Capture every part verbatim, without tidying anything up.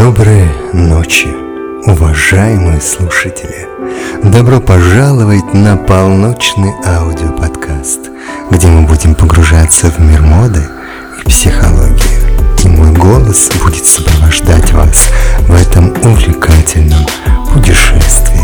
Доброй ночи, уважаемые слушатели! Добро пожаловать на полночный аудиоподкаст, где мы будем погружаться в мир моды и психологии. И мой голос будет сопровождать вас в этом увлекательном путешествии.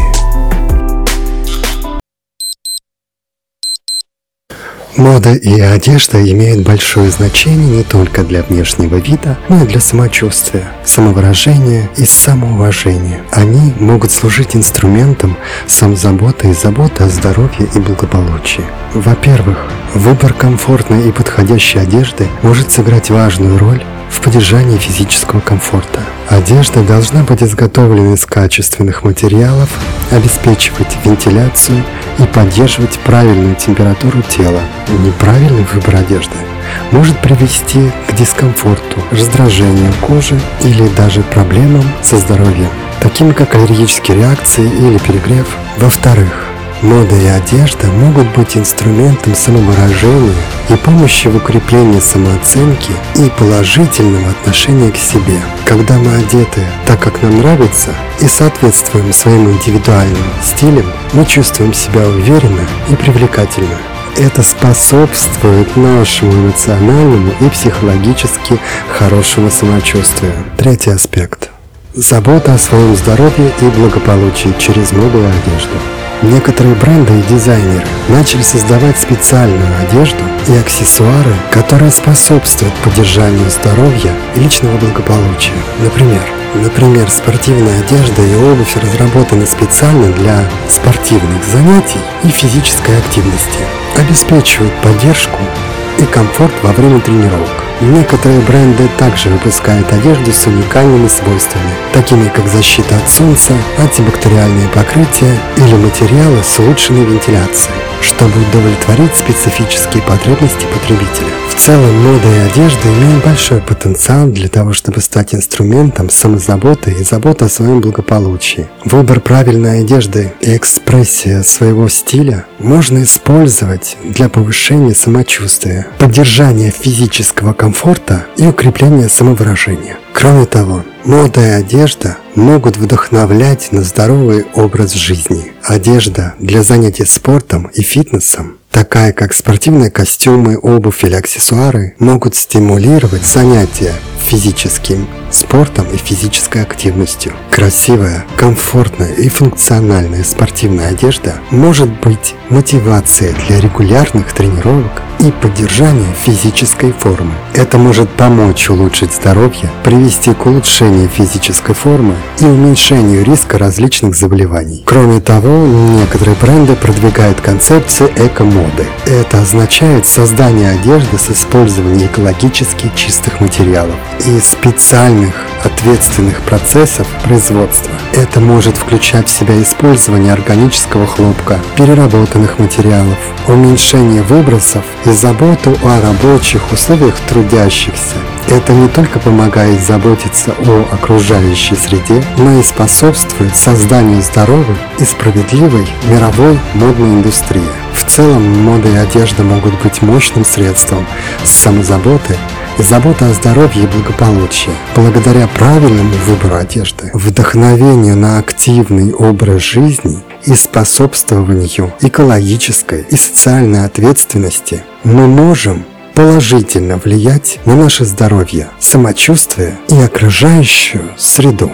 Мода и одежда имеют большое значение не только для внешнего вида, но и для самочувствия, самовыражения и самоуважения. Они могут служить инструментом самозаботы и заботы о здоровье и благополучии. Во-первых, выбор комфортной и подходящей одежды может сыграть важную роль в поддержании физического комфорта. Одежда должна быть изготовлена из качественных материалов, обеспечивать вентиляцию и поддерживать правильную температуру тела. Неправильный выбор одежды может привести к дискомфорту, раздражению кожи или даже проблемам со здоровьем, таким как аллергические реакции или перегрев. Во-вторых, мода и одежда могут быть инструментом самовыражения и помощи в укреплении самооценки и положительного отношения к себе. Когда мы одеты так, как нам нравится, и соответствуем своим индивидуальным стилям, мы чувствуем себя уверенно и привлекательно. Это способствует нашему эмоциональному и психологически хорошему самочувствию. Третий аспект. Забота о своем здоровье и благополучии через моду и одежду. Некоторые бренды и дизайнеры начали создавать специальную одежду и аксессуары, которые способствуют поддержанию здоровья и личного благополучия. Например, Например, спортивная одежда и обувь разработаны специально для спортивных занятий и физической активности, обеспечивают поддержку и комфорт во время тренировок. Некоторые бренды также выпускают одежду с уникальными свойствами, такими как защита от солнца, антибактериальные покрытия или материалы с улучшенной вентиляцией, чтобы удовлетворить специфические потребности потребителя. В целом, мода и одежда имеют большой потенциал для того, чтобы стать инструментом самозаботы и заботы о своем благополучии. Выбор правильной одежды и экспрессия своего стиля можно использовать для повышения самочувствия, поддержания физического комфорта и укрепления самовыражения. Кроме того, мода и одежда могут вдохновлять на здоровый образ жизни. Одежда для занятий спортом и фитнесом, такая как спортивные костюмы, обувь или аксессуары, могут стимулировать занятия физическим спортом и физической активностью. Красивая, комфортная и функциональная спортивная одежда может быть мотивацией для регулярных тренировок и поддержания физической формы. Это может помочь улучшить здоровье, привести к улучшению физической формы и уменьшению риска различных заболеваний. Кроме того, некоторые бренды продвигают концепцию эко-моды. Это означает создание одежды с использованием экологически чистых материалов и специальных ответственных процессов производства. Это может включать в себя использование органического хлопка, переработанных материалов, уменьшение выбросов и заботу о рабочих условиях трудящихся. Это не только помогает заботиться о окружающей среде, но и способствует созданию здоровой и справедливой мировой модной индустрии. В целом, мода и одежда могут быть мощным средством самозаботы и заботы о здоровье и благополучии. Благодаря правильному выбору одежды, вдохновению на активный образ жизни и способствованию экологической и социальной ответственности, мы можем положительно влиять на наше здоровье, самочувствие и окружающую среду.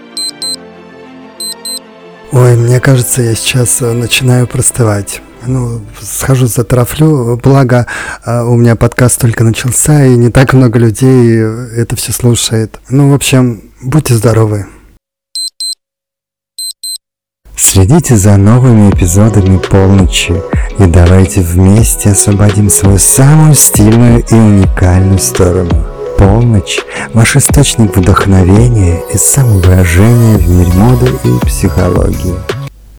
Ой, мне кажется, я сейчас начинаю простывать. Ну, схожу за трафлю, благо у меня подкаст только начался, и не так много людей это все слушает. Ну, в общем, будьте здоровы. Следите за новыми эпизодами полночи и давайте вместе освободим свою самую стильную и уникальную сторону. Полночь – ваш источник вдохновения и самовыражения в мире моды и психологии.